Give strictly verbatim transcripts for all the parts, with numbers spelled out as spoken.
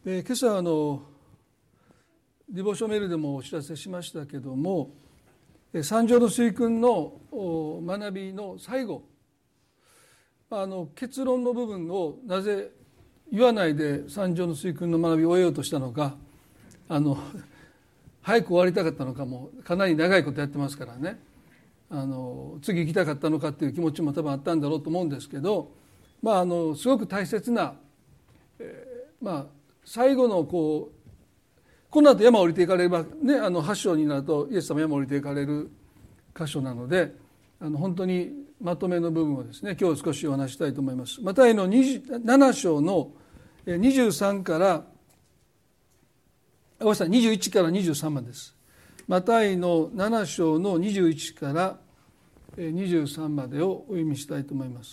で今朝あのディボーションメールでもお知らせしましたけども、三条の水訓の学びの最後、あの結論の部分をなぜ言わないで三条の水訓の学びを終えようとしたのか、あの早く終わりたかったのか、もうかなり長いことやってますからね、あの次行きたかったのかっていう気持ちも多分あったんだろうと思うんですけど、まあ、あのすごく大切な、えーまあ、最後のこうこの後山を降りていかれれば、ね、あのはち章になるとイエス様山を降りていかれる箇所なので、あの本当にまとめの部分をですね今日少しお話したいと思います。マタイのなな章のにじゅうさんからごめんなさいにじゅういちからにじゅうさんまでです。マタイのなな章のにじゅういちからにじゅうさんまでをお読みしたいと思います。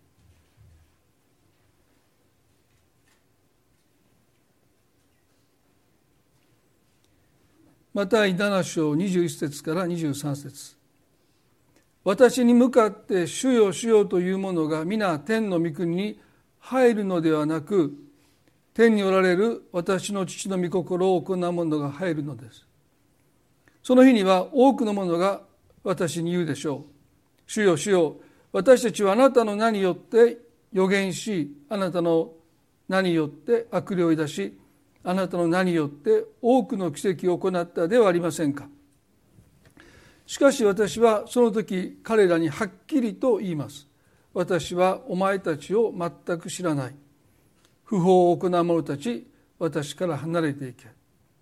マタイなな章にじゅういち節からにじゅうさん節。私に向かって主よ主よという者が皆天の御国に入るのではなく、天におられる私の父の御心を行う者が入るのです。その日には多くの者が私に言うでしょう。主よ主よ、私たちはあなたの名によって預言し、あなたの名によって悪霊を出し、あなたの名によって多くの奇跡を行ったではありませんか。しかし私はその時彼らにはっきりと言います。私はお前たちを全く知らない。不法を行う者たち、私から離れていけ。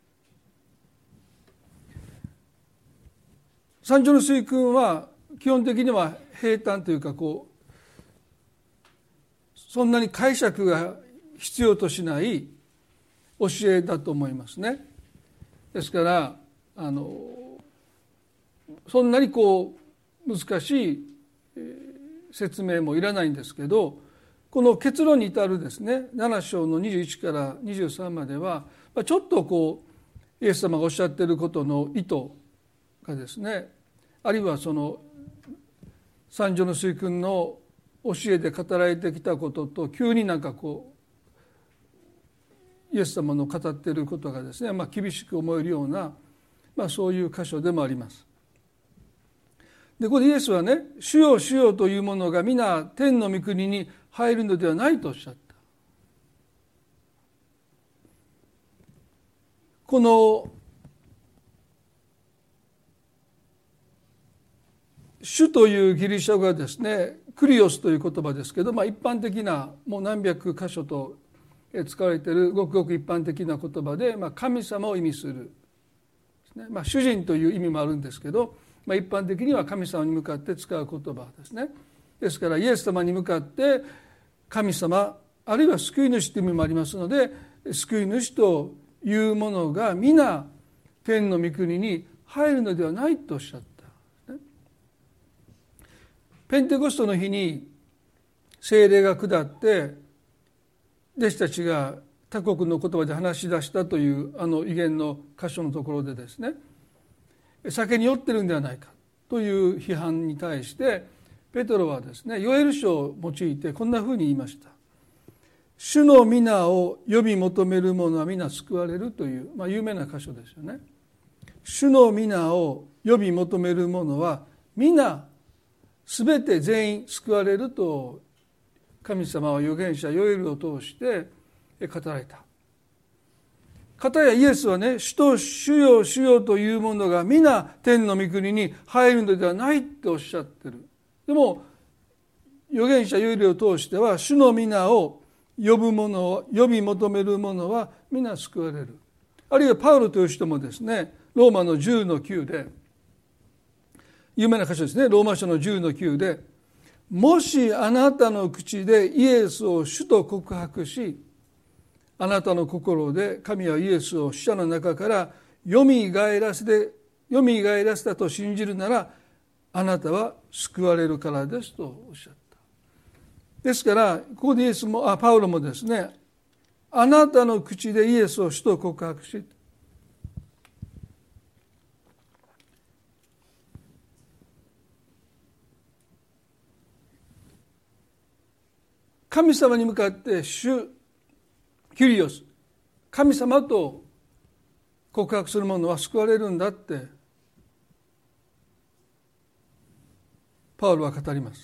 三条の水訓は基本的には平坦というか、こうそんなに解釈が必要としない教えだと思いますね。ですからあのそんなにこう難しい説明もいらないんですけど、この結論に至るですねなな章のにじゅういちからにじゅうさんまではちょっとこうイエス様がおっしゃっていることの意図がですね、あるいはその三条の水訓の教えで語られてきたことと急になんかこうイエス様の語っていることがですね、まあ、厳しく思えるような、まあ、そういう箇所でもあります。でここでイエスはね、主よ主よというものが皆天の御国に入るのではないとおっしゃった。この主というギリシャ語がですね、クリオスという言葉ですけど、まあ、一般的なもう何百箇所と使われているごくごく一般的な言葉で、まあ、神様を意味するですね、まあ、主人という意味もあるんですけど、まあ、一般的には神様に向かって使う言葉ですね。ですからイエス様に向かって神様あるいは救い主という意味もありますので、救い主というものが皆天の御国に入るのではないとおっしゃった。ペンテコストの日に聖霊が下って弟子たちが他国の言葉で話し出したというあの異言の箇所のところでですね、酒に酔ってるんではないかという批判に対してペトロはですね、ヨエル書を用いてこんなふうに言いました。主の皆を呼び求める者は皆救われるという、まあ、有名な箇所ですよね。主の皆を呼び求める者は皆すべて全員救われると神様は預言者ヨエルを通して語られた。かたやイエスはね、主と主よ主よというものが皆天の御国に入るのではないとおっしゃってる。でも預言者ヨエルを通しては主の皆を呼ぶ者を呼び求める者は皆救われる。あるいはパウロという人もですね、ローマのじゅうのきゅうで有名な箇所ですね、ローマ書のじゅうのきゅうで、もしあなたの口でイエスを主と告白し、あなたの心で神はイエスを死者の中からよみがえらせてよみがえらせたと信じるなら、あなたは救われるからですとおっしゃった。ですからここでイエスもあパウロもですね、あなたの口でイエスを主と告白し、神様に向かって主キュリオス神様と告白する者は救われるんだってパウロは語ります。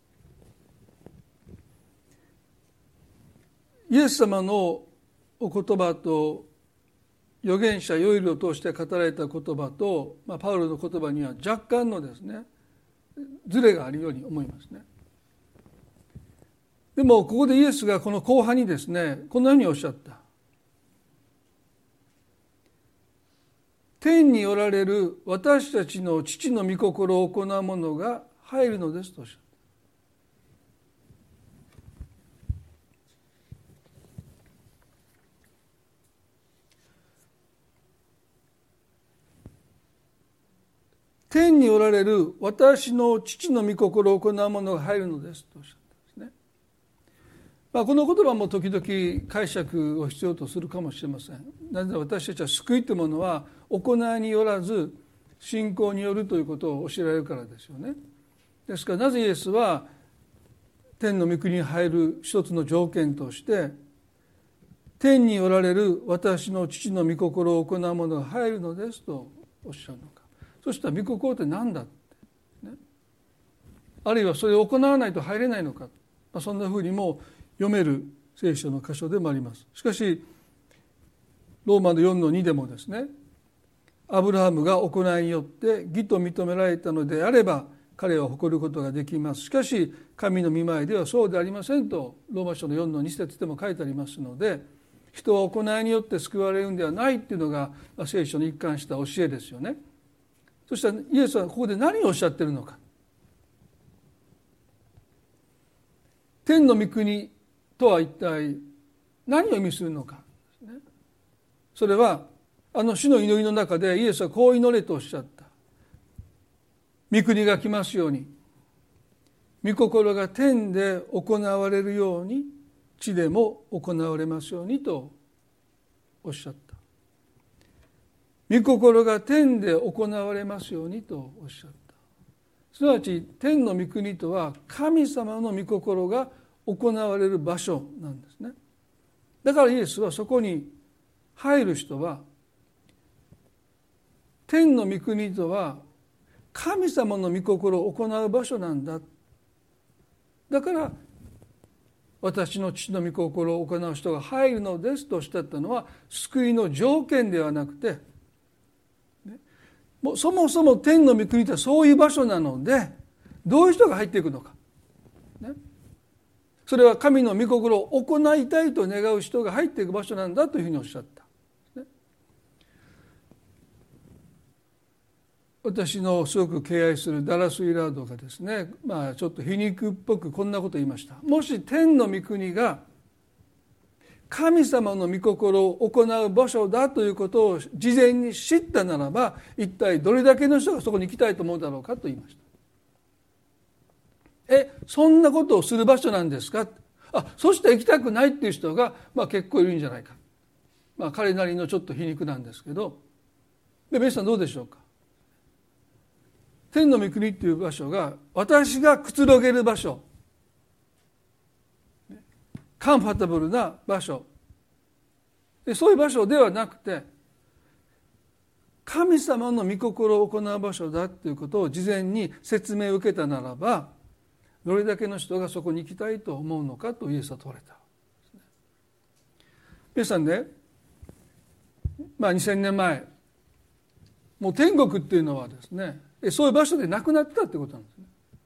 イエス様のお言葉と預言者ヨエルを通して語られた言葉と、まあ、パウロの言葉には若干のですねズレがあるように思いますね。でもここでイエスがこの後半にですねこのようにおっしゃった。天におられる私たちの父の御心を行う者が入るのですとおっしゃった。天におられる私の父の御心を行う者が入るのですとおっしゃったんですね。まあ、この言葉も時々解釈を必要とするかもしれません。なぜなら私たちは救いというものは行いによらず信仰によるということを教えられるからですよね。ですからなぜイエスは天の御国に入る一つの条件として天におられる私の父の御心を行う者が入るのですとおっしゃるのか。そしたら御心って何だって、ね、あるいはそれを行わないと入れないのか、まあ、そんなふうにも読める聖書の箇所でもあります。しかしローマの よんのに でもですねアブラハムが行いによって義と認められたのであれば彼は誇ることができます。しかし神の御前ではそうでありませんとローマ書の よんのに 節でも書いてありますので、人は行いによって救われるんではないっていうのが聖書の一貫した教えですよね。そしたらイエスはここで何をおっしゃっているのか。天の御国とは一体何を意味するのか。それはあの主の祈りの中でイエスはこう祈れとおっしゃった。御国が来ますように、御心が天で行われるように地でも行われますようにとおっしゃった。御心が天で行われますようにとおっしゃった。すなわち天の御国とは神様の御心が行われる場所なんですね。だからイエスはそこに入る人は天の御国とは神様の御心を行う場所なんだ。だから私の父の御心を行う人が入るのですとおっしゃったのは救いの条件ではなくて、もうそもそも天の御国とはそういう場所なのでどういう人が入っていくのか、ね、それは神の御心を行いたいと願う人が入っていく場所なんだというふうにおっしゃった、ね、私のすごく敬愛するダラス・ウィラードがですね、まあ、ちょっと皮肉っぽくこんなことを言いました。もし天の御国が神様の御心を行う場所だということを事前に知ったならば一体どれだけの人がそこに行きたいと思うだろうかと言いました。え、そんなことをする場所なんですか。あ、そして行きたくないっていう人が、まあ、結構いるんじゃないか。まあ、彼なりのちょっと皮肉なんですけど、で皆さんどうでしょうか。天の御国っていう場所が私がくつろげる場所、カンファタブルな場所で、そういう場所ではなくて神様の御心を行う場所だということを事前に説明を受けたならばどれだけの人がそこに行きたいと思うのかとイエスは問われた。皆さんね、まあにせんねんまえもう天国っていうのはですねそういう場所でなくなってたってことなんですね。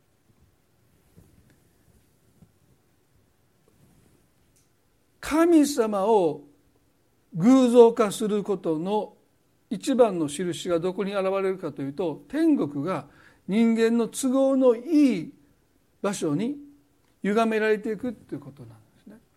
神様を偶像化することの一番の印がどこに現れるかというと天国が人間の都合のいい場所に歪められていくということなんですね。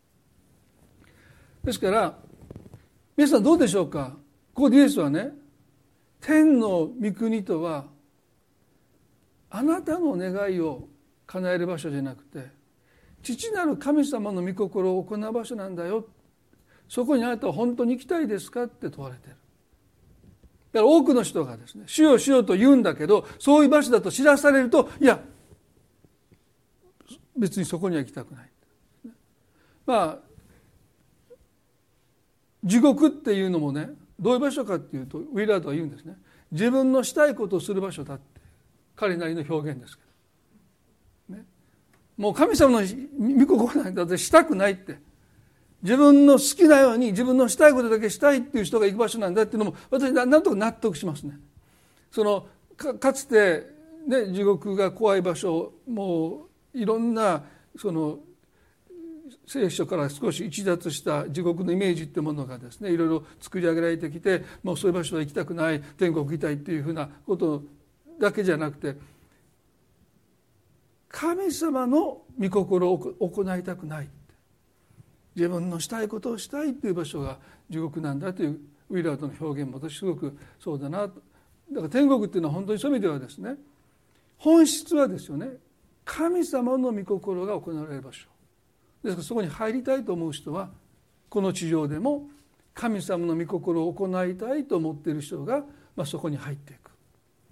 ですから皆さんどうでしょうか。ここでイエスはね天の御国とはあなたの願いを叶える場所じゃなくて父なる神様の御心を行う場所なんだよ。そこにあなたは本当に行きたいですかって問われている。だから多くの人がですね主よ主よと言うんだけどそういう場所だと知らされるといや別にそこには行きたくない。まあ地獄っていうのもね、どういう場所かっていうと、ウィラードは言うんですね。自分のしたいことをする場所だって、彼なりの表現ですけど、ね、もう神様の御心なんてしたくないって、自分の好きなように自分のしたいことだけしたいっていう人が行く場所なんだっていうのも、私はなんとか納得しますね。その か, かつて、ね、地獄が怖い場所、もういろんなその聖書から少し逸脱した地獄のイメージっていうものがですね、いろいろ作り上げられてきて、もうそういう場所は行きたくない、天国行きたいっていうふうなことだけじゃなくて、神様の御心を行いたくない、自分のしたいことをしたいっていう場所が地獄なんだというウィラードの表現も私すごくそうだなと。だから天国っていうのは本当にそういう意味ではですね、本質はですよね、神様の御心が行われる場所ですから、そこに入りたいと思う人はこの地上でも神様の御心を行いたいと思っている人が、まあ、そこに入っていく。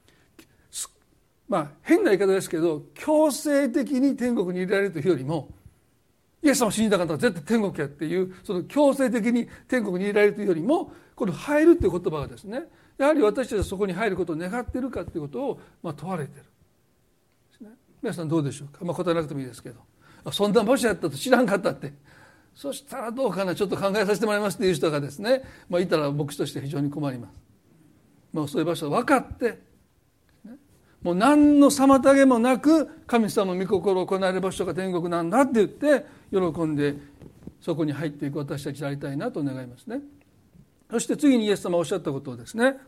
まあ変な言い方ですけど、強制的に天国に入れられるというよりも、イエス様を信じた方は絶対天国やっていう、その強制的に天国に入れられるというよりも、この入るという言葉がですね、やはり私たちはそこに入ることを願っているかということを、まあ、問われているですね。皆さんどうでしょうか。まあ、答えなくてもいいですけど、そんな場所やったと知らんかったって、そしたらどうかな、ちょっと考えさせてもらいますという人がですね、まあ、いたら牧師として非常に困ります。まあ、そういう場所を分かって、もう何の妨げもなく神様の御心を行える場所が天国なんだって言って喜んでそこに入っていく私たちでありたいなと願いますね。そして次にイエス様がおっしゃったことをですね、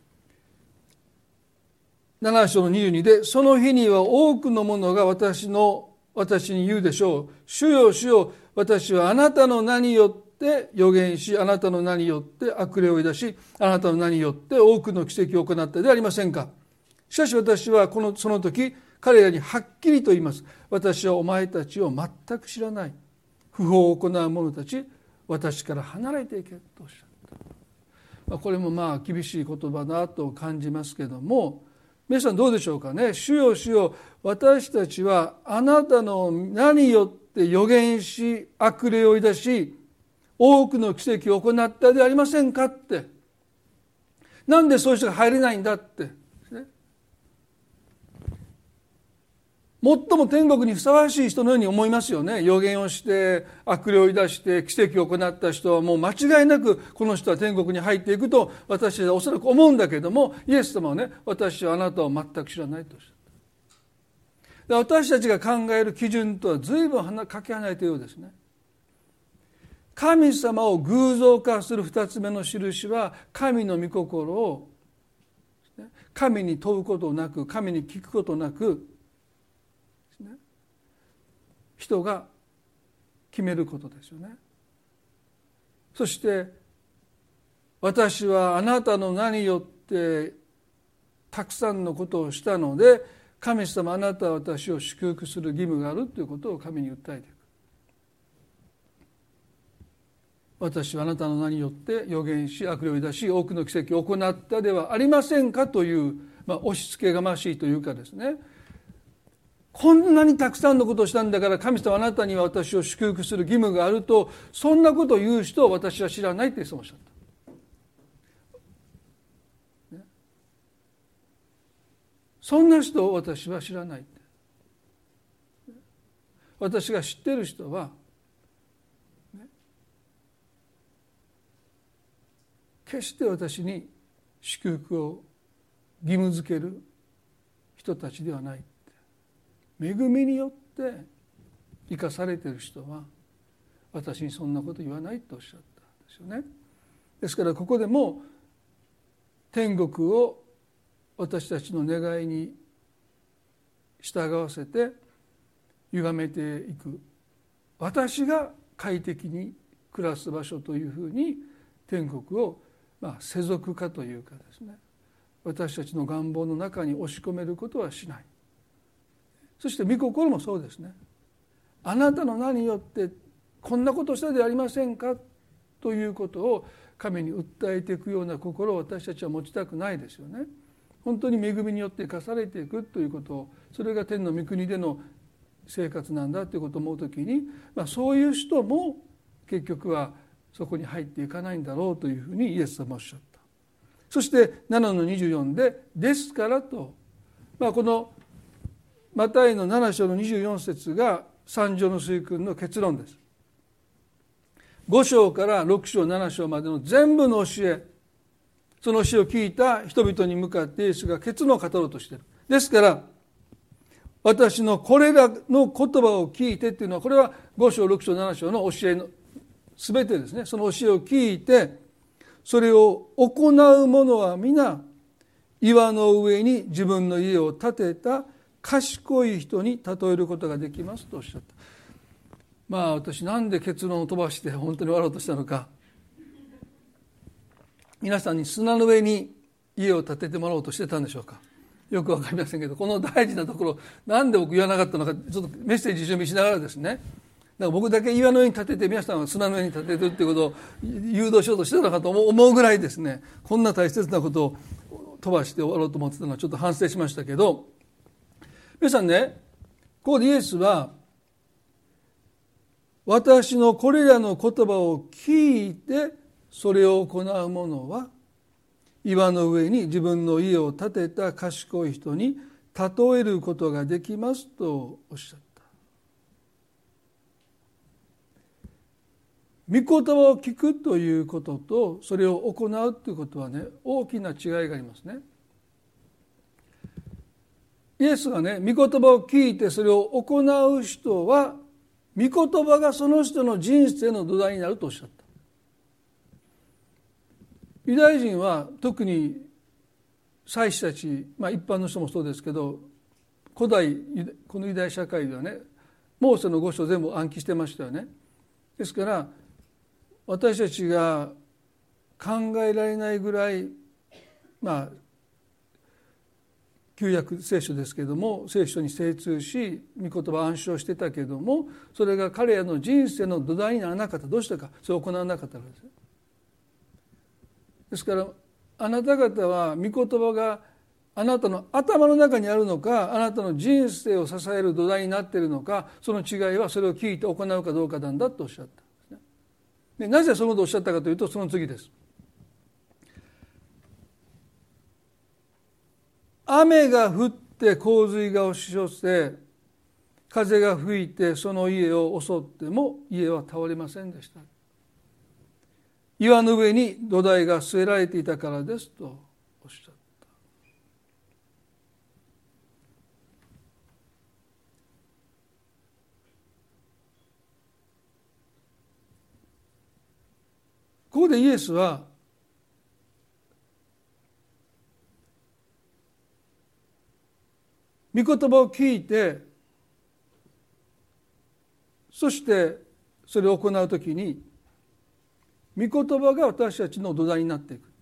なな章のにじゅうにで、その日には多くの者が私の私に言うでしょう。主よ主よ、私はあなたの名によって預言し、あなたの名によって悪霊を追い出し、あなたの名によって多くの奇跡を行ったではありませんか。しかし私はこのその時彼らにはっきりと言います。私はお前たちを全く知らない。不法を行う者たち、私から離れていけとおっしゃった。まあ、これもまあ厳しい言葉だと感じますけども、皆さんどうでしょうかね。主よ主よ、私たちはあなたの名によって預言し、悪霊を追い出し、多くの奇跡を行ったではありませんかって。なんでそういう人が入れないんだって。最も天国にふさわしい人のように思いますよね。預言をして悪霊を追い出して奇跡を行った人はもう間違いなくこの人は天国に入っていくと私たちはおそらく思うんだけれども、イエス様はね、私はあなたを全く知らないとおっしゃった。私たちが考える基準とは随分かけ離れているようですね。神様を偶像化する二つ目の印は、神の御心を神に問うことなく、神に聞くことなく人が決めることですよね。そして私はあなたの名によってたくさんのことをしたので、神様あなたは私を祝福する義務があるということを神に訴えていく。私はあなたの名によって預言し悪霊を追い出し多くの奇跡を行ったではありませんかという、まあ、押し付けがましいというかですね、こんなにたくさんのことをしたんだから神様あなたには私を祝福する義務があると、そんなことを言う人を私は知らないってそうおっしゃった、ね、そんな人を私は知らないって。私が知っている人は、ね、決して私に祝福を義務付ける人たちではない。恵みによって生かされている人は私にそんなこと言わないとおっしゃったんですよね。ですからここでも天国を私たちの願いに従わせて歪めていく、私が快適に暮らす場所というふうに天国をまあ世俗化というかですね、私たちの願望の中に押し込めることはしない。そして御心もそうですね。あなたの名によってこんなことをしたではありませんかということを神に訴えていくような心を私たちは持ちたくないですよね。本当に恵みによって生かされていくということを、それが天の御国での生活なんだということを思うときに、まあ、そういう人も結局はそこに入っていかないんだろうというふうにイエス様はおっしゃった。そしてななのにじゅうよんでですからと、まあ、このマタイのなな章のにじゅうよん節が三条の水訓の結論です。ご章からろく章なな章までの全部の教え、その教えを聞いた人々に向かってイエスが結論を語ろうとしている。ですから私のこれらの言葉を聞いてっていうのは、これはご章ろく章なな章の教えの全てですね。その教えを聞いてそれを行う者は皆岩の上に自分の家を建てた賢い人に例えることができますとおっしゃった。まあ私なんで結論を飛ばして本当に終わろうとしたのか、皆さんに砂の上に家を建ててもらおうとしてたんでしょうか。よくわかりませんけど、この大事なところなんで僕言わなかったのか、ちょっとメッセージ準備しながらですね、だから僕だけ岩の上に建てて皆さんは砂の上に建ててるっていうことを誘導しようとしてたのかと思うぐらいですね、こんな大切なことを飛ばして終わろうと思ってたのはちょっと反省しましたけど、皆さんね、ここでイエスは私のこれらの言葉を聞いてそれを行う者は岩の上に自分の家を建てた賢い人に例えることができますとおっしゃった。御言葉を聞くということとそれを行うということはね、大きな違いがありますね。イエスがね、御言葉を聞いてそれを行う人は御言葉がその人の人生の土台になるとおっしゃった。ユダヤ人は特に祭司たち、まあ、一般の人もそうですけど、古代このユダヤ社会ではね、モーセの五章全部暗記してましたよね。ですから私たちが考えられないぐらい、まあ旧約聖書ですけれども聖書に精通し御言葉を暗唱してたけれども、それが彼らの人生の土台にならなかった。どうしたか、それを行わなかったからです。ですからあなた方は御言葉があなたの頭の中にあるのか、あなたの人生を支える土台になっているのか、その違いはそれを聞いて行うかどうかなんだとおっしゃった。でなぜそのことをおっしゃったかというと、その次です。雨が降って洪水が押し寄せ、風が吹いてその家を襲っても家は倒れませんでした。岩の上に土台が据えられていたからですとおっしゃった。ここでイエスは御言葉を聞いて、そしてそれを行うときに御言葉が私たちの土台になっていく。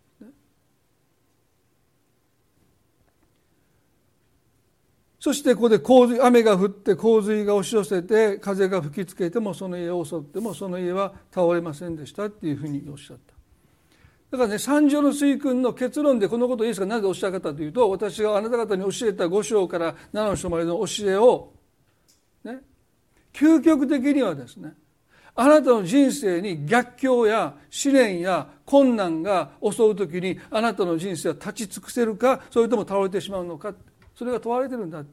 そしてここで洪水、雨が降って洪水が押し寄せて風が吹きつけてもその家を襲ってもその家は倒れませんでしたっていうふうにおっしゃった。だからね、三条の水訓の結論でこのことをイエスがなぜおっしゃったかというと、私があなた方に教えたご章からなな章までの教えを、ね、究極的にはですね、あなたの人生に逆境や試練や困難が襲うときにあなたの人生は立ち尽くせるか、それとも倒れてしまうのか、それが問われてるんだって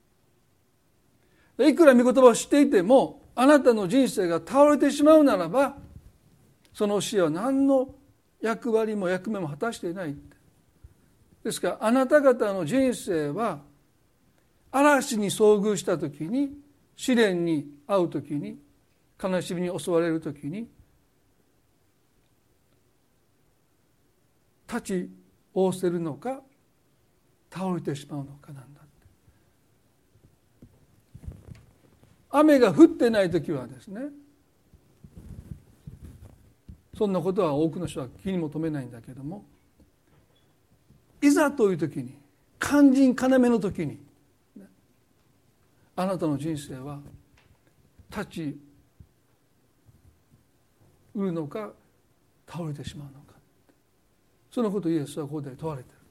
。いくら御言葉を知っていてもあなたの人生が倒れてしまうならば、その教えは何の役割も役目も果たしていない。ですからあなた方の人生は嵐に遭遇したときに、試練に遭うときに、悲しみに襲われるときに立ち仰せるのか倒れてしまうのかなんだって。雨が降ってないときはですね、そんなことは多くの人は気にも留めないんだけども、いざというときに、肝心要のときに、あなたの人生は立ちうるのか倒れてしまうのか、そのことをイエスはここで問われている。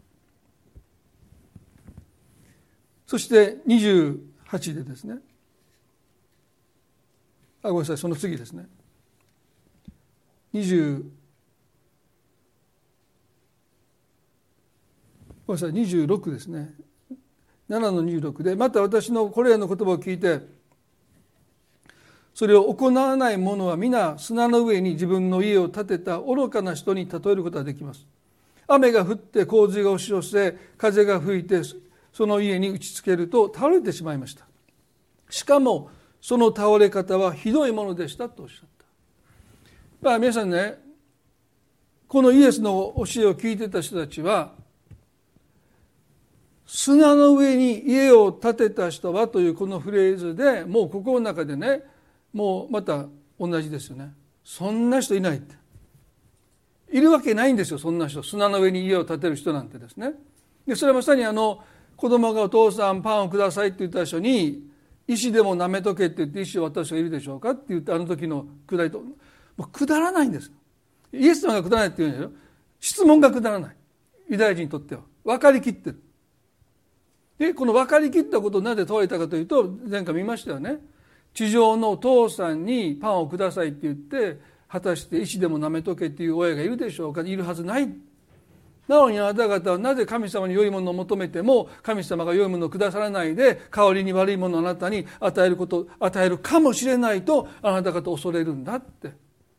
そしてにじゅうはちでですね、あ、ごめんなさい、その次ですね。 にじゅうごめんなさいにじゅうろくですね、ななのにじゅうろくで、また私のこれらの言葉を聞いてそれを行わない者は皆砂の上に自分の家を建てた愚かな人に例えることができます。雨が降って洪水が押し寄せ、風が吹いてその家に打ちつけると倒れてしまいました。しかもその倒れ方はひどいものでしたとおっしゃった。まあ皆さんね、このイエスの教えを聞いてた人たちは、砂の上に家を建てた人はというこのフレーズでもう心の中でね、もうまた同じですよね。そんな人いないって、いるわけないんですよ。そんな人、砂の上に家を建てる人なんてですね。でそれはまさにあの子供がお父さんパンをくださいって言った人に石でも舐めとけって言って石を渡す人がいるでしょうかって言って、あの時のくだりともうくだらないんです。イエス様がくだらないって言うんですよ。質問がくだらない。ユダヤ人にとっては分かりきってる。でこの分かりきったことをなぜ問われたかというと、前回見ましたよね。地上のお父さんにパンをくださいって言って果たして石でも舐めとけっていう親がいるでしょうか。いるはずない。なのにあなた方はなぜ神様に良いものを求めても神様が良いものをくださらないで、代わりに悪いものをあなたに与えること与えるかもしれないとあなた方恐れるんだって。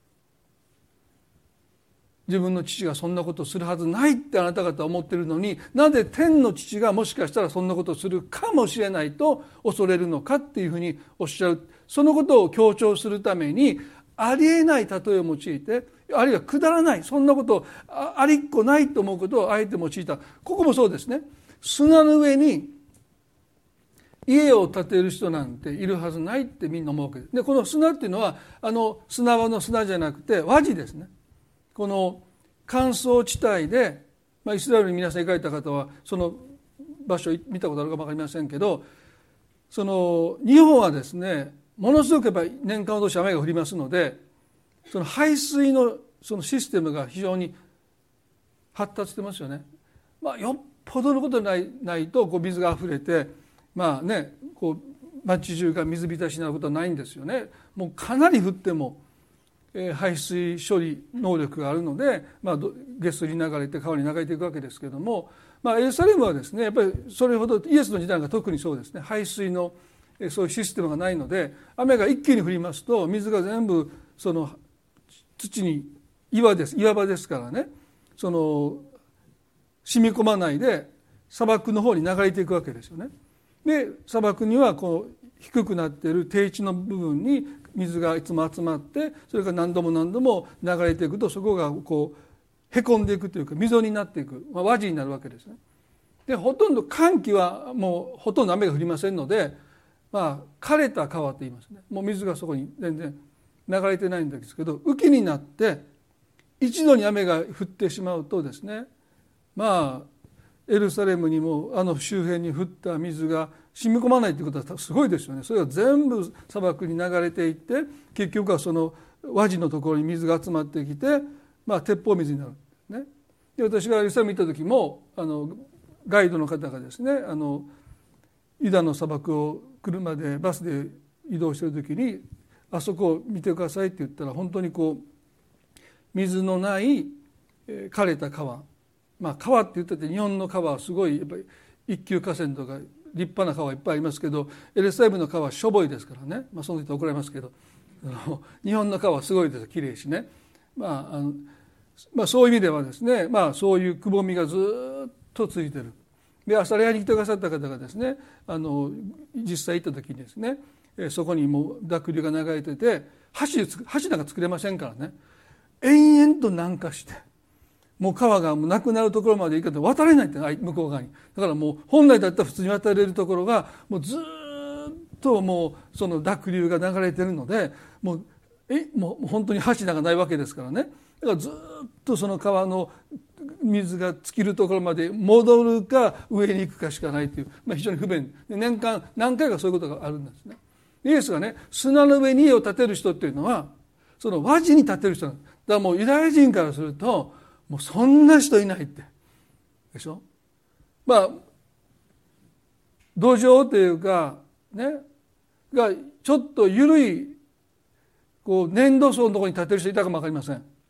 自分の父がそんなことをするはずないってあなた方は思っているのに、なぜ天の父がもしかしたらそんなことをするかもしれないと恐れるのかっていうふうにおっしゃる。そのことを強調するためにありえない例えを用いて、あるいはくだらない、そんなことありっこないと思うことをあえて用いた。ここもそうですね。砂の上に家を建てる人なんているはずないってみんな思うわけです。でこの砂っていうのはあの砂場の砂じゃなくて和地ですね。この乾燥地帯で、まあ、イスラエルに皆さん行かれた方はその場所見たことあるかも分かりませんけど、その日本はですね、ものすごくやっぱり年間を通して雨が降りますので、その排水のそのシステムが非常に発達してますよね。まあ、よっぽどのことない、ないとこう水があふれて、まあね、こう町中が水浸しになることはないんですよね。もうかなり降っても排水処理能力があるので、まあ、下水に流れて川に流れていくわけですけれども、まあ、エルサレムはですね、やっぱりそれほどイエスの時代が特にそうですね、排水のそういうシステムがないので、雨が一気に降りますと水が全部その土に岩です岩場ですからね、その染み込まないで砂漠の方に流れていくわけですよね。で砂漠にはこう低くなっている低地の部分に水がいつも集まって、それが何度も何度も流れていくとそこがこうへこんでいくというか溝になっていく、まあ、和地になるわけですね。でほとんど乾季はもうほとんど雨が降りませんので、まあ、枯れた川と言いますね。もう水がそこに全然流れてないんですけど、雨季になって一度に雨が降ってしまうとですね、まあエルサレムにもあの周辺に降った水が染み込まないということはすごいですよね。それが全部砂漠に流れていって、結局はその和地のところに水が集まってきて、まあ、鉄砲水になる、ね、で私がエルサレムに行った時もあのガイドの方がですね、あのユダの砂漠を車でバスで移動している時に、あそこを見てくださいって言ったら、本当にこう水のない枯れた川、まあ、川って言ってて日本の川はすごいやっぱり一級河川とか立派な川いっぱいありますけど、エルサレムの川はしょぼいですからね、まあ、その人怒られますけど、日本の川はすごいです、きれいしね、まああのまあ、そういう意味ではですね、まあ、そういうくぼみがずっとついてる。で朝礼拝に来てくださった方がですね、あの実際行った時にですね、そこにもう濁流が流れてて、橋橋なんか作れませんからね、延々と南下してもう川がもうなくなるところまで行かないと渡れないって向こう側に。だからもう本来だったら普通に渡れるところがもうずっともうその濁流が流れてるので、もうえもう本当に橋がないわけですからね。だからずっとその川の水が尽きるところまで戻るか上に行くかしかないという、まあ、非常に不便で、年間何回かそういうことがあるんですね。イエスがね、砂の上に家を建てる人っていうのはその和地に建てる人なんです。だからもうユダヤ人からするともうそんな人いないってでしょ。まあ土壌というかねがちょっと緩いこう粘土層のところに建てる人いたかも分かりません。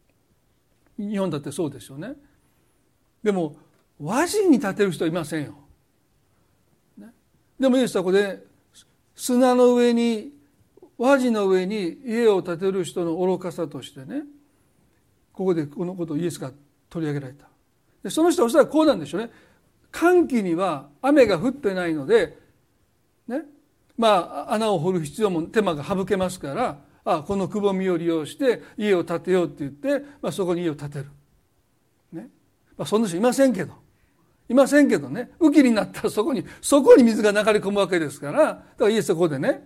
日本だってそうですよね。でも和人に建てる人はいませんよ。でもイエスはここで砂の上に、和地の上に家を建てる人の愚かさとしてね、ここでこのことをイエスが取り上げられた。でその人はおそらくこうなんでしょうね。乾季には雨が降ってないので、ね、まあ穴を掘る必要も手間が省けますから、あこのくぼみを利用して家を建てようって言って、まあ、そこに家を建てる。ねまあ、そんな人いませんけど。いませんけどね、雨季になったらそこにそこに水が流れ込むわけですから、だからイエスはここでね、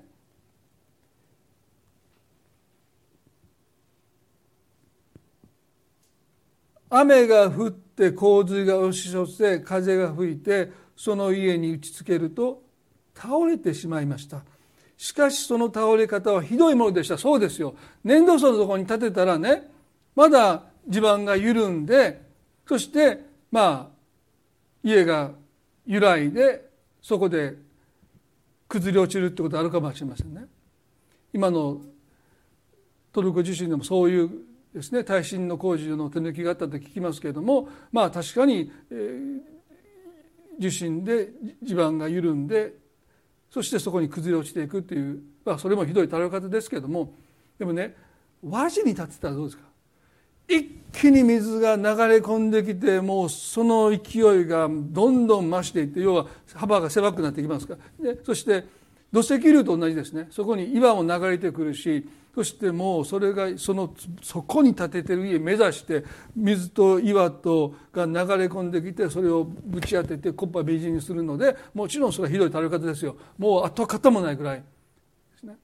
雨が降って洪水が押し寄せ風が吹いてその家に打ちつけると倒れてしまいました。しかしその倒れ方はひどいものでした。そうですよ。粘土層のところに建てたらね、まだ地盤が緩んで、そしてまあ家が揺らいでそこで崩れ落ちるってことがあるかもしれませんね。今のトルコ地震でもそういうですね、耐震の工事の手抜きがあったと聞きますけれども、まあ確かに、えー、地震で地盤が緩んで、そしてそこに崩れ落ちていくっていう、まあそれもひどい倒れ方ですけれども、でもね、和地に建てたらどうですか。一気に水が流れ込んできて、もうその勢いがどんどん増していって、要は幅が狭くなってきますから。でそして土石流と同じですね。そこに岩も流れてくるし、そしてもうそれがそのそこに建ててる家目指して水と岩とが流れ込んできて、それをぶち当てて木っ端みじんにするので、もちろんそれはひどい倒れ方ですよ。もう跡形もないぐらいですね。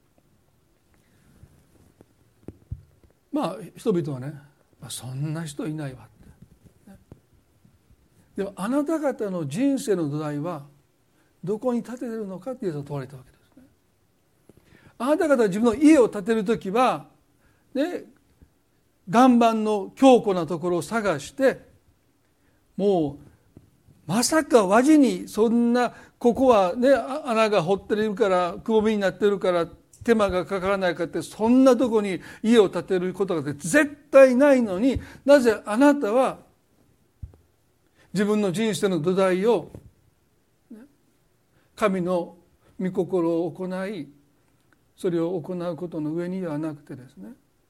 まあ人々はね、そんな人いないわって。でもあなた方の人生の土台はどこに建てているのかっていうのを問われたわけですね。あなた方が自分の家を建てるときは、ね、岩盤の強固なところを探して、もうまさか和地にそんなここはね穴が掘ってるからくぼみになってるから手間がかからないかって、そんなとこに家を建てることが絶対ないのに、なぜあなたは自分の人生の土台を神の御心を行い、それを行うことの上にではなくてですね、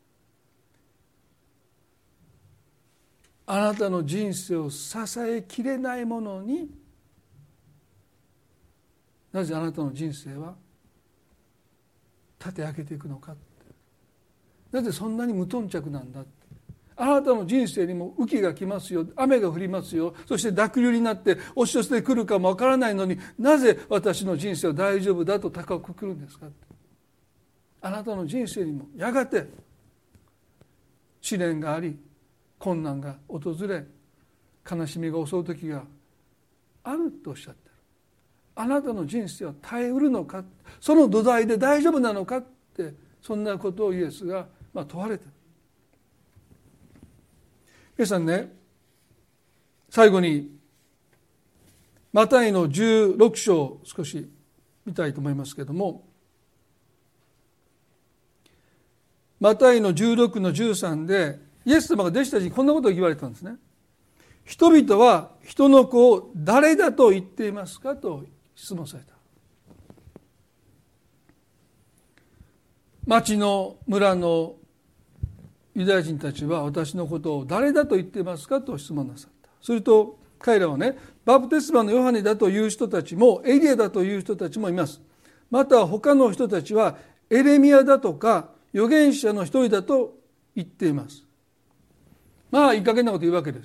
あなたの人生を支えきれないものに、なぜあなたの人生は立て上げていくのかって、なぜそんなに無頓着なんだって。あなたの人生にも雨季が来ますよ、雨が降りますよ、そして濁流になって押し寄せてくるかもわからないのに、なぜ私の人生は大丈夫だと高くくるんですかって。あなたの人生にもやがて試練があり、困難が訪れ、悲しみが襲う時があるとおっしゃってる。あなたの人生は耐えうるのか、その土台で大丈夫なのかって、そんなことをイエスがまあ問われている。皆さんね、最後にマタイのじゅうろく章を少し見たいと思いますけれども、マタイのじゅうろくのじゅうさんでイエス様が弟子たちにこんなことを言われたんですね。人々は人の子を誰だと言っていますかと質問された。町の村のユダヤ人たちは私のことを誰だと言っていますかと質問なさった。すると彼らはね、バプテスマのヨハネだという人たちもエリアだという人たちもいます。また他の人たちはエレミヤだとか預言者の一人だと言っています。まあいい加減なこと言うわけです。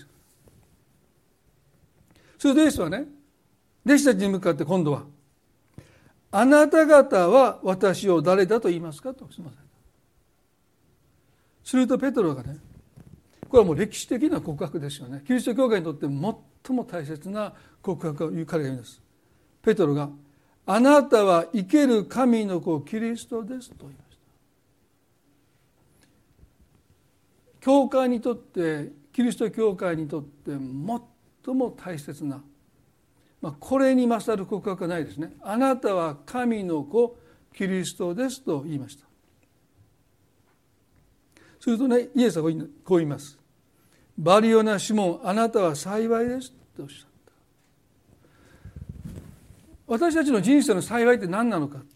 それでイエスはね、弟子たちに向かって今度はあなた方は私を誰だと言いますかと質問された。するとペトロがね、これはもう歴史的な告白ですよね。キリスト教会にとって最も大切な告白を言う彼が言うんです。ペトロがあなたは生ける神の子キリストですと言いました。教会にとって、キリスト教会にとって最も大切な、まあ、これに勝る告白はないですね。あなたは神の子キリストですと言いました。するとね、イエスはこう言います。 バリオナシモン、あなたは幸いですとおっしゃった。私たちの人生の幸いって何なのか。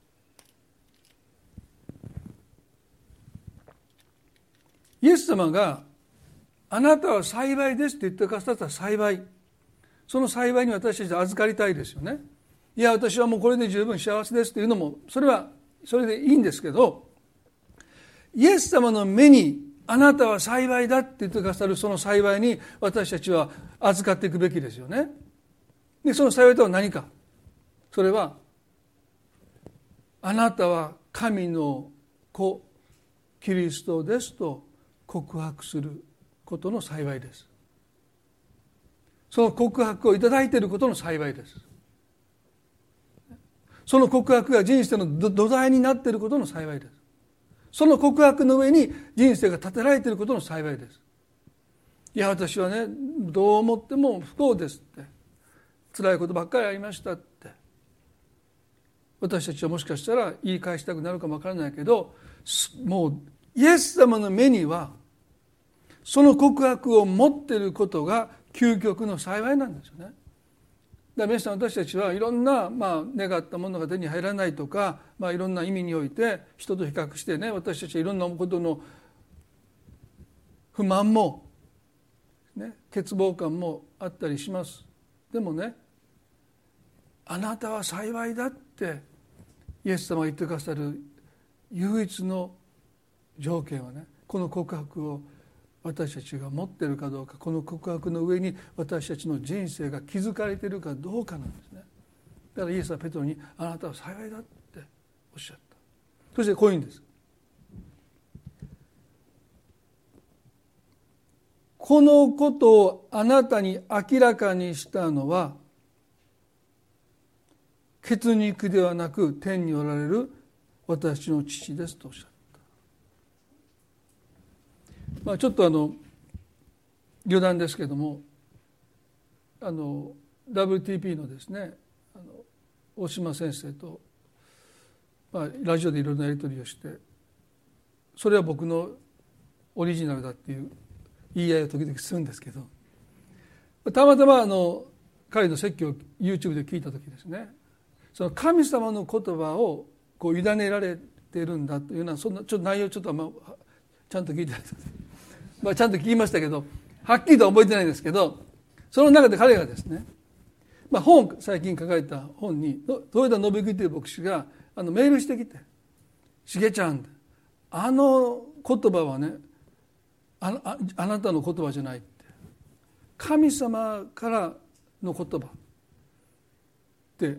イエス様があなたは幸いですって言ってくださった幸い、その幸いに私たちは預かりたいですよね。いや私はもうこれで十分幸せですというのもそれはそれでいいんですけど、イエス様の目にあなたは幸いだって言ってくださるその幸いに私たちは預かっていくべきですよね。でその幸いとは何か、それはあなたは神の子キリストですと告白することの幸いです。その告白をいただいていることの幸いです。その告白が人生の土台になっていることの幸いです。その告白の上に人生が立てられていることの幸いです。いや私はねどう思っても不幸ですって、辛いことばっかりありましたって、私たちはもしかしたら言い返したくなるかもわからないけど、もうイエス様の目にはその告白を持っていることが究極の幸いなんですよね。だから皆さん私たちはいろんな、まあ、願ったものが手に入らないとか、まあ、いろんな意味において人と比較してね、私たちはいろんなことの不満も、ね、欠乏感もあったりします。でもね、あなたは幸いだってイエス様が言ってくださる唯一の条件はね、この告白を私たちが持っているかどうか、この告白の上に私たちの人生が築かれているかどうかなんですね。だからイエスはペトロにあなたは幸いだっておっしゃった。そしてこういうんです。このことをあなたに明らかにしたのは血肉ではなく天におられる私の父ですとおっしゃった。まあ、ちょっとあの余談ですけども、あの ダブリューティーピー のですね、あの大島先生と、まあ、ラジオでいろんなやり取りをして、それは僕のオリジナルだっていう言い合いを時々するんですけど、たまたまあの彼の説教を YouTube で聞いた時ですね、その神様の言葉をこう委ねられているんだというような、そんなちょっと内容ちょっとあんまちゃんと聞いてないです、まあ、ちゃんと聞きましたけどはっきりとは覚えてないんですけど、その中で彼がですね、まあ、本最近書かれた本に豊田信之という牧師があのメールしてきて、しげちゃんあの言葉はね あ, あ, あなたの言葉じゃないって、神様からの言葉って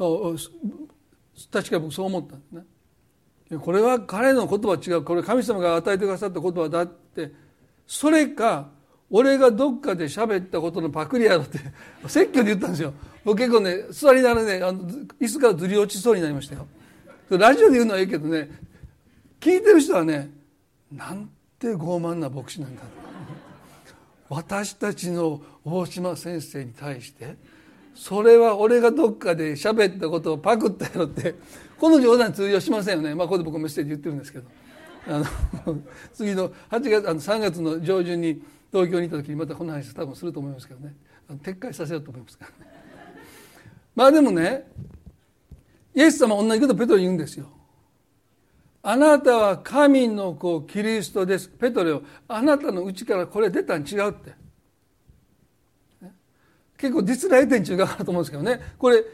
確かに僕そう思ったんですね。これは彼の言葉は違う、これ神様が与えてくださった言葉だって、それか俺がどっかで喋ったことのパクリやろって説教で言ったんですよ。僕結構ね座りながらねあの椅子からずり落ちそうになりましたよ。ラジオで言うのはいいけどね、聞いてる人はね、なんて傲慢な牧師なんだ私たちの大島先生に対してそれは俺がどっかで喋ったことをパクったやろって、この冗談通用しませんよね。まあここで僕もメッセージ言ってるんですけど、あの次のはちがつあのさんがつの上旬に東京に行った時にまたこの話多分すると思いますけどね、撤回させようと思いますからね。まあでもね、イエス様は同じことをペトロに言うんですよ。あなたは神の子キリストです。ペトロよ、あなたのうちからこれ出たん違うって。結構実来点違うかなと思うんですけどね、これ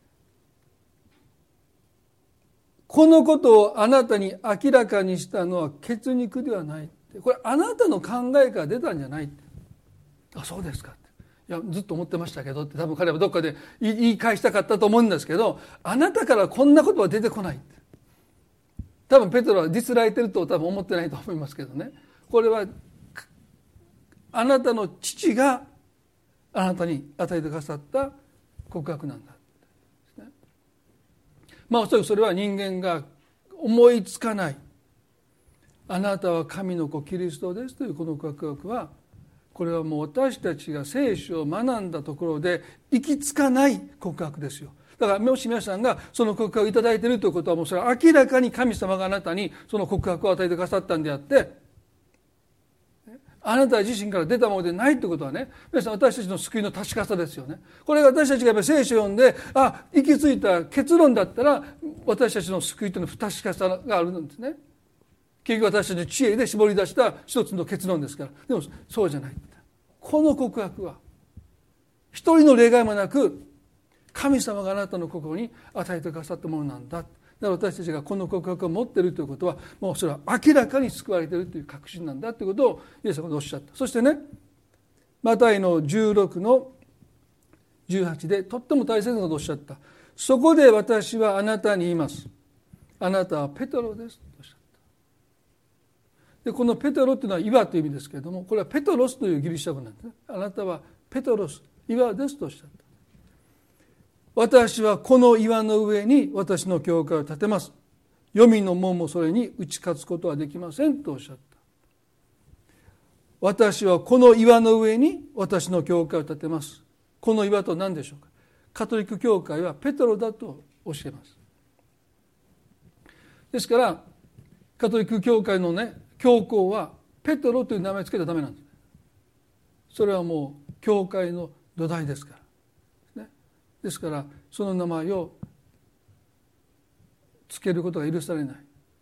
このことをあなたに明らかにしたのは血肉ではないって、これあなたの考えから出たんじゃないって。あ、そうですかって、いやずっと思ってましたけどって、多分彼はどっかで言い返したかったと思うんですけど、あなたからこんなことは出てこないって、多分ペトロは実来てると多分思ってないと思いますけどね、これはあなたの父があなたに与えてくださった告白なんだ、ね、まあおそらくそれは人間が思いつかない、あなたは神の子キリストですというこの告白は、これはもう私たちが聖書を学んだところで行き着かない告白ですよ。だからもし皆さんがその告白をいただいているということは、もうそれは明らかに神様があなたにその告白を与えてくださったんであって、 あなた自身から出たものでないということはね、皆さん私たちの救いの確かさですよね。これが私たちがやっぱり聖書を読んで、あ、行き着いた結論だったら、私たちの救いというの不確かさがあるんですね。結局私たちの知恵で絞り出した一つの結論ですから。でもそうじゃない。この告白は一人の例外もなく神様があなたの心に与えてくださったものなんだ。だから私たちがこの告白を持っているということは、もうそれは明らかに救われているという確信なんだということをイエス様がおっしゃった。そしてね、マタイのじゅうろくのじゅうはちでとっても大切なことをおっしゃった。そこで私はあなたに言います。あなたはペトロですとおっしゃった。でこのペトロというのは岩という意味ですけれども、これはペトロスというギリシャ語なんですね。あなたはペトロス、岩ですとおっしゃった。私はこの岩の上に私の教会を建てます。黄泉の門もそれに打ち勝つことはできませんとおっしゃった。私はこの岩の上に私の教会を建てます。この岩と何でしょうか。カトリック教会はペトロだと教えます。ですからカトリック教会のね、教皇はペトロという名前をつけたらダメなんです。それはもう教会の土台ですから、ね、ですからその名前をつけることが許されない。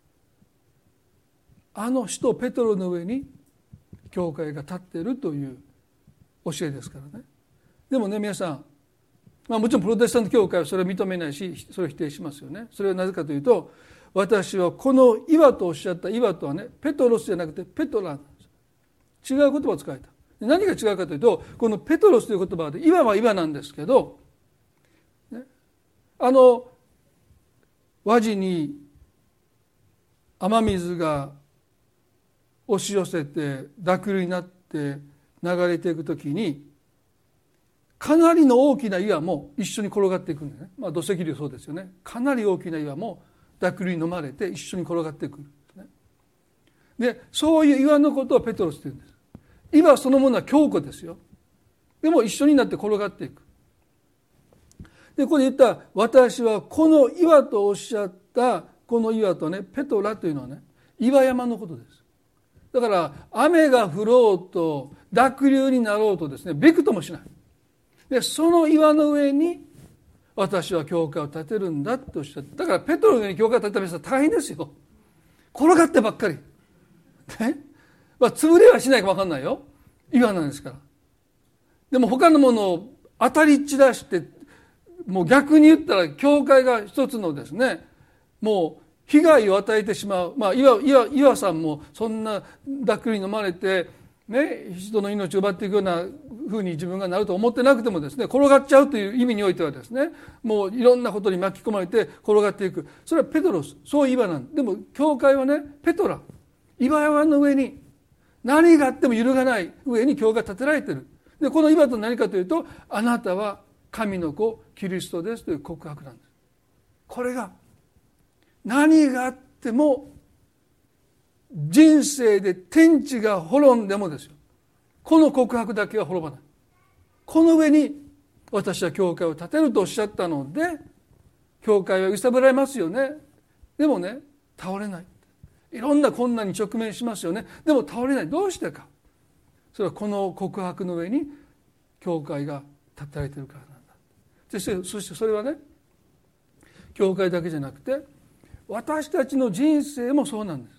あの使徒ペトロの上に教会が立っているという教えですからね。でもね、皆さん、まあ、もちろんプロテスタント教会はそれを認めないし、それを否定しますよね。それはなぜかというと、私はこの岩とおっしゃった岩とはね、ペトロスじゃなくてペトラなんです。違う言葉を使えた。何が違うかというと、このペトロスという言葉で岩は岩なんですけど、ね、あの和地に雨水が押し寄せて濁流になって流れていくときに、かなりの大きな岩も一緒に転がっていくんだよね。まあ土石流そうですよね。かなり大きな岩も濁流に飲まれて一緒に転がっていくんですね。で、そういう岩のことをペトロスと言うんです。岩そのものは強固ですよ。でも一緒になって転がっていく。で、ここで言った私はこの岩とおっしゃったこの岩とね、ペトラというのはね、岩山のことです。だから雨が降ろうと濁流になろうとですね、びくともしない。で、その岩の上に私は教会を建てるんだとおっしゃった。だからペトロの上に教会を建てた皆さん大変ですよ。転がってばっかり。ね、まあ、潰れはしないか分かんないよ。岩なんですから。でも他のものを当たり散らして、もう逆に言ったら教会が一つのですね、もう被害を与えてしまう。まあ岩、岩、岩さんもそんな濁流に飲まれてね、人の命を奪っていくような風に自分がなると思ってなくてもですね、転がっちゃうという意味においてはですね、もういろんなことに巻き込まれて転がっていく。それはペトロス、そういう岩なんで。でも教会はね、ペトラ、岩山の上に何があっても揺るがない上に教会が建てられている。で、この岩と何かというと、あなたは神の子キリストですという告白なんです。これが何があっても、人生で天地が滅んでもですよ、この告白だけは滅ばない。この上に私は教会を建てるとおっしゃったので、教会は揺さぶられますよね。でもね、倒れない。いろんな困難に直面しますよね。でも倒れない。どうしてか。それはこの告白の上に教会が建てられているからなんだ。そして、そしてそれはね、教会だけじゃなくて、私たちの人生もそうなんです。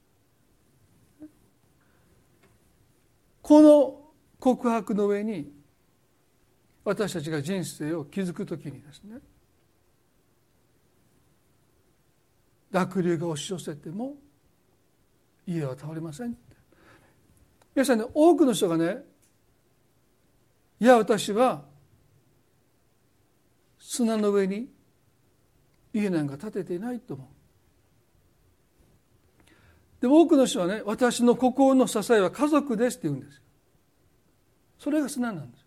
この告白の上に私たちが人生を築くときにですね、濁流が押し寄せても家は倒れませんって。皆さんね、多くの人がね、いや私は砂の上に家なんか建てていないと思う。でも多くの人はね、私の心の支えは家族ですって言うんですよ。それが砂なんです。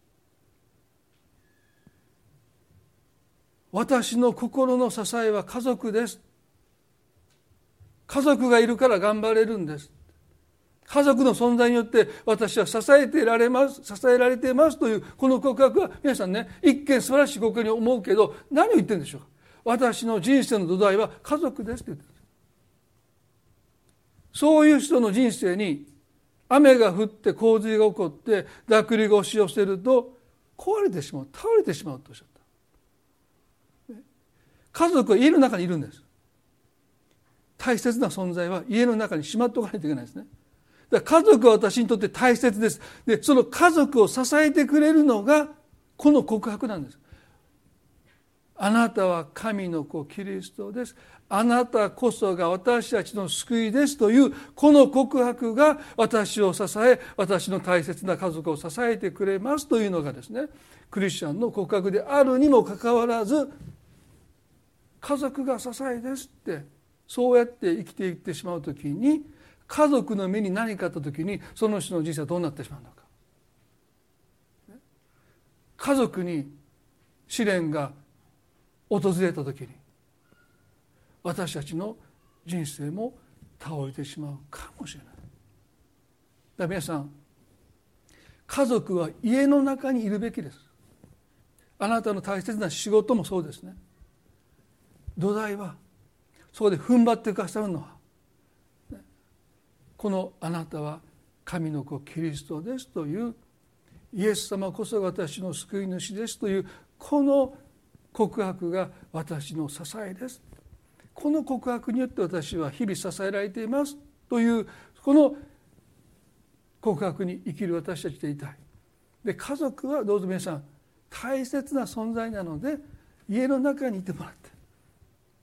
私の心の支えは家族です。家族がいるから頑張れるんです。家族の存在によって私は支えてられます、支えられていますというこの告白は、皆さんね、一見素晴らしい告白に思うけど、何を言ってるんでしょうか。私の人生の土台は家族ですって言ってるんです。そういう人の人生に雨が降って洪水が起こって濁流が押し寄せると壊れてしまう、倒れてしまうとおっしゃった。家族は家の中にいるんです。大切な存在は家の中にしまっておかないといけないですね。だから家族は私にとって大切です。で、その家族を支えてくれるのがこの告白なんです。あなたは神の子キリストです。あなたこそが私たちの救いですというこの告白が私を支え、私の大切な家族を支えてくれますというのがですね、クリスチャンの告白であるにもかかわらず、家族が支えですってそうやって生きていってしまうときに、家族の目に何かあったときにその人の人生はどうなってしまうのか。家族に試練が訪れたときに私たちの人生も倒れてしまうかもしれない。だから皆さん、家族は家の中にいるべきです。あなたの大切な仕事もそうですね。土台はそこで踏ん張ってくださるのは、このあなたは神の子キリストですという、イエス様こそが私の救い主ですというこの告白が私の支えです。この告白によって私は日々支えられていますという、この告白に生きる私たちでいたい。で、家族はどうぞ皆さん大切な存在なので家の中にいてもらって、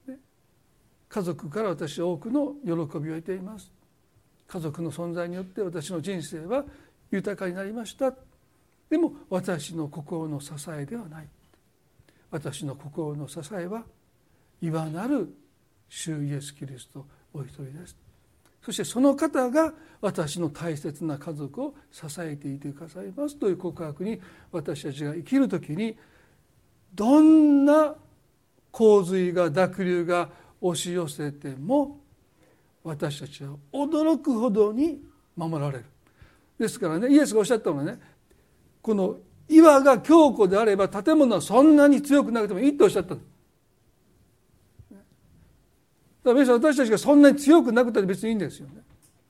ね、家族から私は多くの喜びを得ています。家族の存在によって私の人生は豊かになりました。でも私の心の支えではない。私の心の支えはいわなる主イエスキリストお一人です。そしてその方が私の大切な家族を支えていてくださいますという告白に、私たちが生きるときにどんな洪水が濁流が押し寄せても私たちは驚くほどに守られる。ですからね、イエスがおっしゃったのはね、この岩が強固であれば建物はそんなに強くなくてもいいとおっしゃったの。だから皆さん、私たちがそんなに強くなくても別にいいんですよね。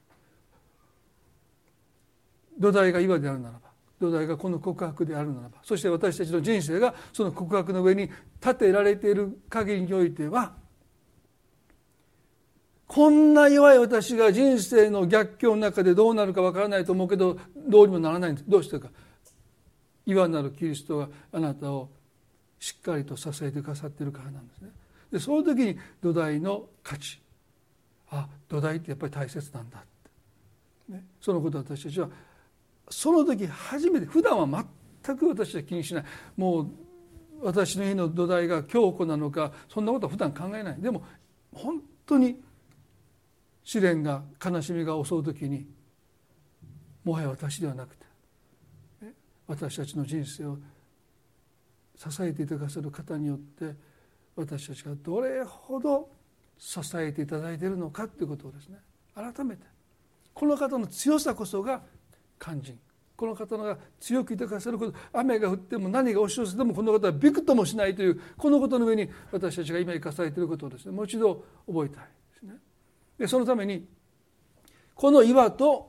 土台が岩であるならば、土台がこの告白であるならば、そして私たちの人生がその告白の上に立てられている限りにおいては、こんな弱い私が人生の逆境の中でどうなるかわからないと思うけど、どうにもならないんです。どうしてか、岩なるキリストがあなたをしっかりと支えてくださっているからなんですね。で、その時に土台の価値、あ、土台ってやっぱり大切なんだって、ね、そのことを私たちはその時初めて、普段は全く私は気にしない、もう私の家の土台が強固なのかそんなことは普段考えない。でも本当に試練が悲しみが襲う時に、もはや私ではなくて私たちの人生を支えていてくださる方によって私たちがどれほど支えていただいているのかということをですね、改めてこの方の強さこそが肝心、この方が強くいてくださること、雨が降っても何が押し寄せてもこの方はびくともしないというこのことの上に私たちが今生かされていることをですね、もう一度覚えたいですね。で、そのためにこの岩と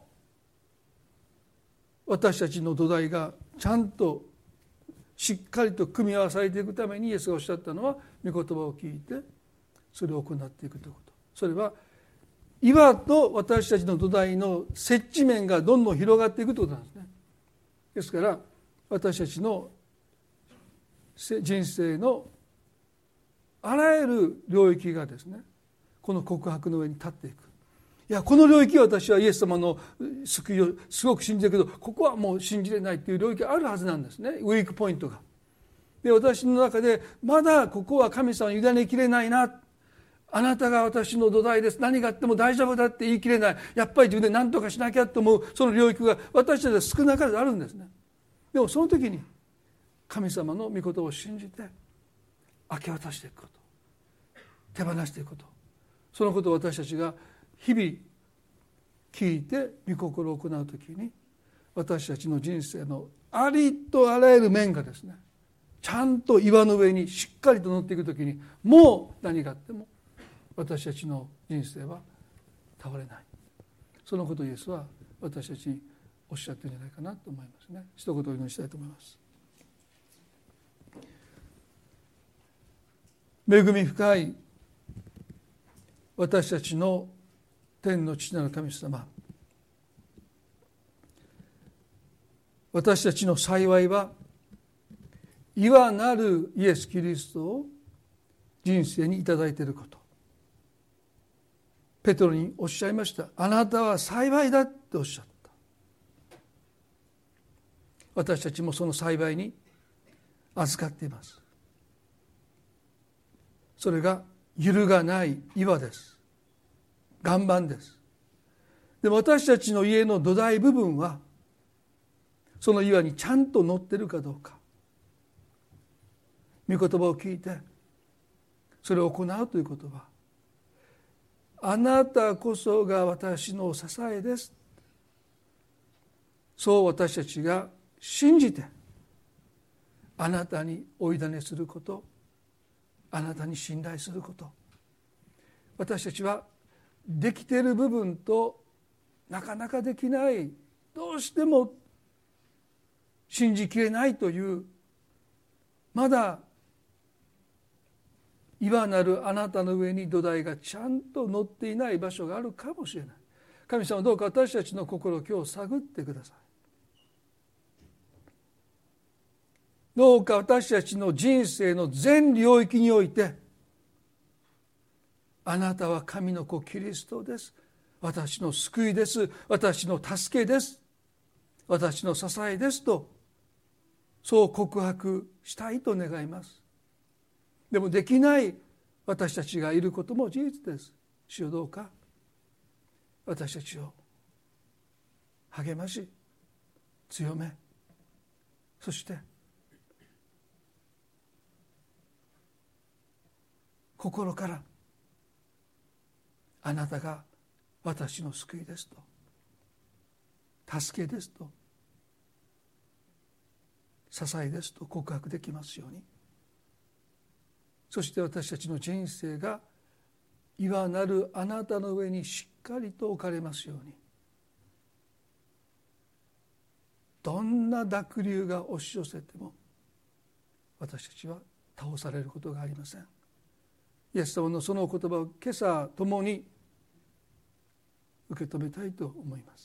私たちの土台がちゃんとしっかりと組み合わされていくために、イエスがおっしゃったのは、御言葉を聞いてそれを行っていくということ。それは岩と私たちの土台の接地面がどんどん広がっていくということなんですね。ですから私たちの人生のあらゆる領域がですね、この告白の上に立っていく。いや、この領域は私はイエス様の救いをすごく信じるけど、ここはもう信じれないという領域があるはずなんですね、ウィークポイントが。で、私の中でまだここは神様に委ねきれないな、あなたが私の土台です、何があっても大丈夫だって言い切れない、やっぱり自分で何とかしなきゃと思うその領域が私たちは少なからずあるんですね。でもその時に神様の御事を信じて明け渡していくこと、手放していくこと、そのことを私たちが日々聞いて御心を行うときに、私たちの人生のありとあらゆる面がですね、ちゃんと岩の上にしっかりと乗っていくときに、もう何があっても私たちの人生は倒れない。そのことをイエスは私たちにおっしゃってるんじゃないかなと思いますね。一言お祈りしたいと思います。恵み深い私たちの天の父なる神様、私たちの幸いはいわなるイエス・キリストを人生にいただいていること。ペトロにおっしゃいました。あなたは幸いだっておっしゃった。私たちもその幸いに預かっています。それが揺るがない岩です。岩盤です。でも私たちの家の土台部分はその岩にちゃんと乗っているかどうか、御言葉を聞いてそれを行うということは、あなたこそが私の支えです、そう私たちが信じてあなたにお委ねすること、あなたに信頼すること、私たちはできている部分となかなかできない、どうしても信じきれないという、まだ岩なるあなたの上に土台がちゃんと乗っていない場所があるかもしれない。神様、どうか私たちの心を今日探ってください。どうか私たちの人生の全領域において、あなたは神の子キリストです、私の救いです、私の助けです、私の支えですと、そう告白したいと願います。でもできない私たちがいることも事実です。主よ、どうか私たちを励まし強め、そして心からあなたが私の救いですと、助けですと、支えですと告白できますように。そして私たちの人生が岩なるあなたの上にしっかりと置かれますように。どんな濁流が押し寄せても私たちは倒されることがありません。イエス様のその言葉を今朝共に受け止めたいと思います。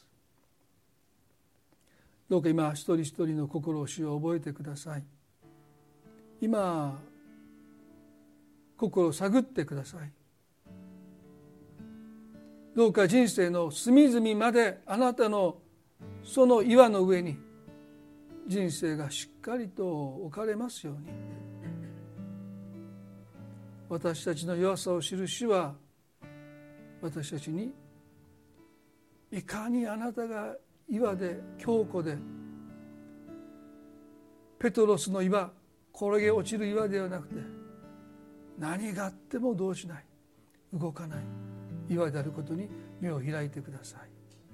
どうか今一人一人の心を主を覚えてください。今心を探ってください。どうか人生の隅々まであなたのその岩の上に人生がしっかりと置かれますように。私たちの弱さを知る主は私たちにいかにあなたが岩で強固で、ペトロスの岩、転げ落ちる岩ではなくて何があっても動じない、動かない岩であることに目を開いてください。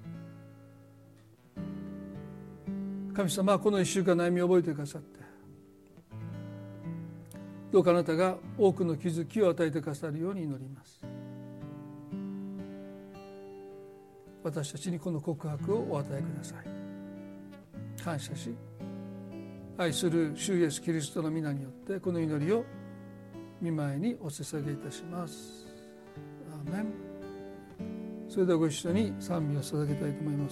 神様はこの一週間悩みを覚えてくださって、どうかあなたが多くの気づきを与えてくださるように祈ります。私たちにこの告白をお与えください。感謝し、愛する主イエスキリストの皆によってこの祈りを御前にお捧げいたします。アーメン。それではご一緒に賛美を捧げたいと思います。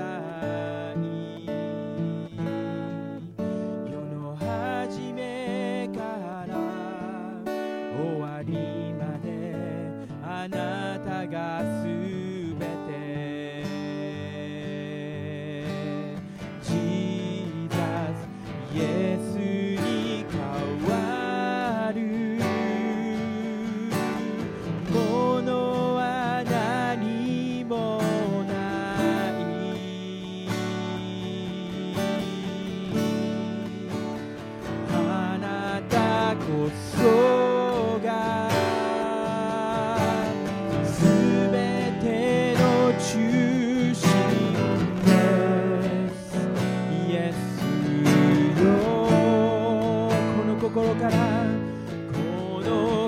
世の初めりまであなたがすべて Jesus イエスに変わるものは何もないあなたこそがすべての中心ですイエスよこの心からこの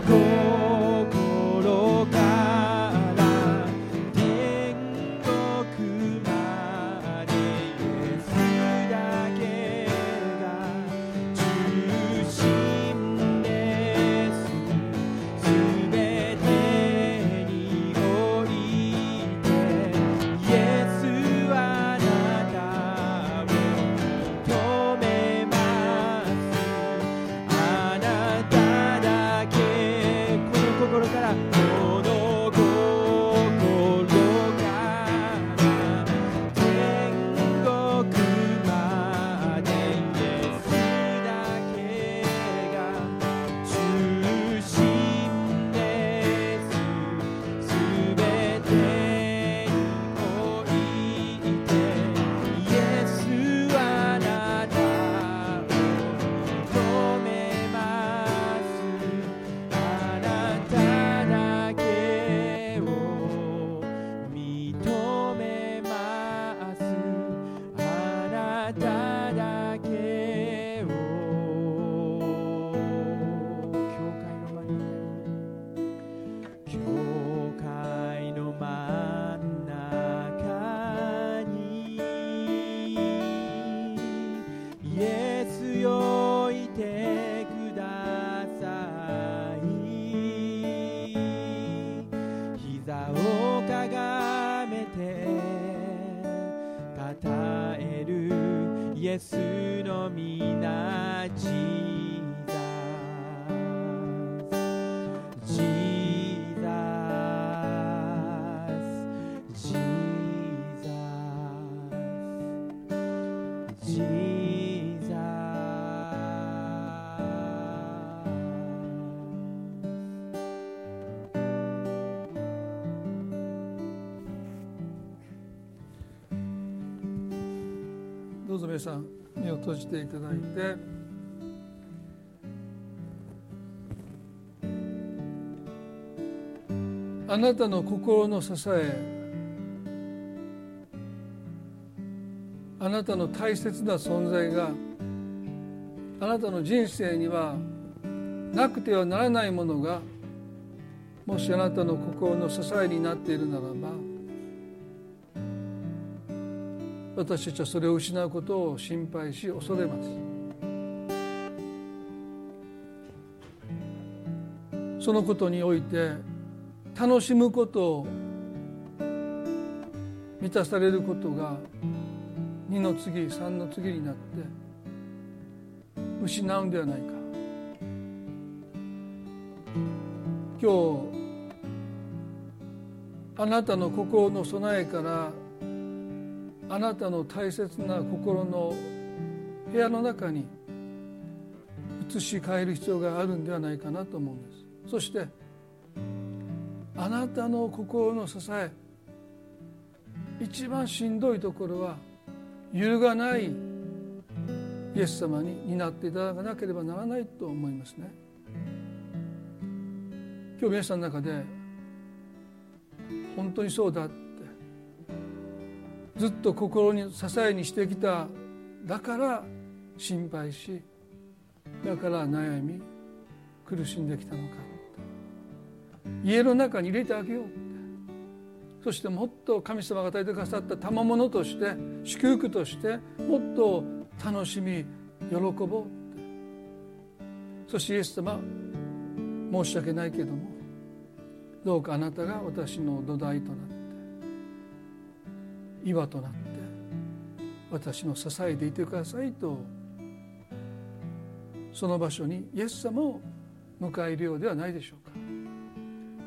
心から天国までイエスだけが中心ですすべてにおいてイエスはあなたを認めますあなただけこの心からこの心から天国までイエスだけが中心ですすべてにおいてイエスはあなたを認めますあなただけを認めますあなただけを教会の真ん中教会の真ん中にイエスよいてください膝をかがめてたたえるイエスの皆ジーザスジーザスジーザスジーザどうぞ皆さん目を閉じていただいてあなたの心の支えあなたの大切な存在があなたの人生にはなくてはならないものがもしあなたの心の支えになっているならば私たちはそれを失うことを心配し恐れます。そのことにおいて楽しむことを満たされることがにの次さんの次になって失うんではないか。今日あなたの心の備えからあなたの大切な心の部屋の中に移し替える必要があるんではないかなと思うんです。そしてあなたの心の支え一番しんどいところは揺るがないイエス様に担っていただかなければならないと思いますね。今日皆さんの中で本当にそうだってずっと心に支えにしてきただから心配しだから悩み苦しんできたのか家の中に入れてあげようってそしてもっと神様が与えてくださった賜物として祝福としてもっと楽しみ喜ぼうってそしてイエス様申し訳ないけどもどうかあなたが私の土台となって岩となって私の支えていてくださいとその場所にイエス様を迎えるようではないでしょうか。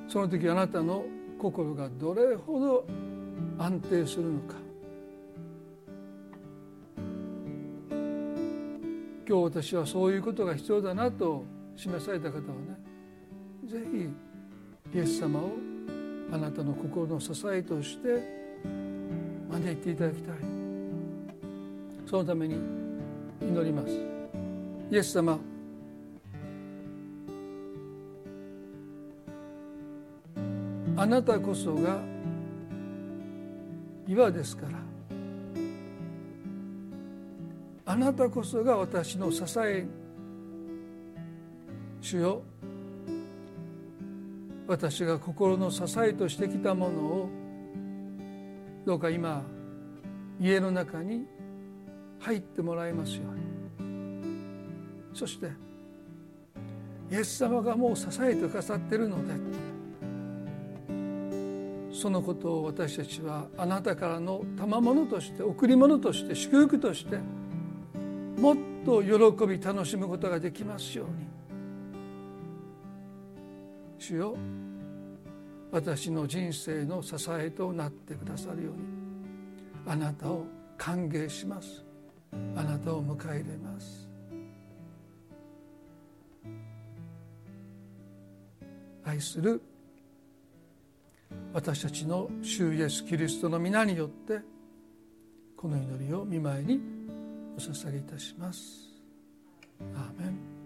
その時あなたの心がどれほど安定するのか。今日私はそういうことが必要だなと示された方はね、ぜひイエス様をあなたの心の支えとして招いていただきたい。そのために祈ります。イエス様、あなたこそが岩ですから、あなたこそが私の支え。主よ、私が心の支えとしてきたものをどうか今家の中に入ってもらいますように。そしてイエス様がもう支えてくださっているので、そのことを私たちはあなたからの賜物として、贈り物として、祝福としてもっと喜び楽しむことができますように。主よ、私の人生の支えとなってくださるように、あなたを歓迎します。あなたを迎え入れます。愛する私たちの主イエスキリストの皆によってこの祈りを御前にお捧げいたします。アーメン。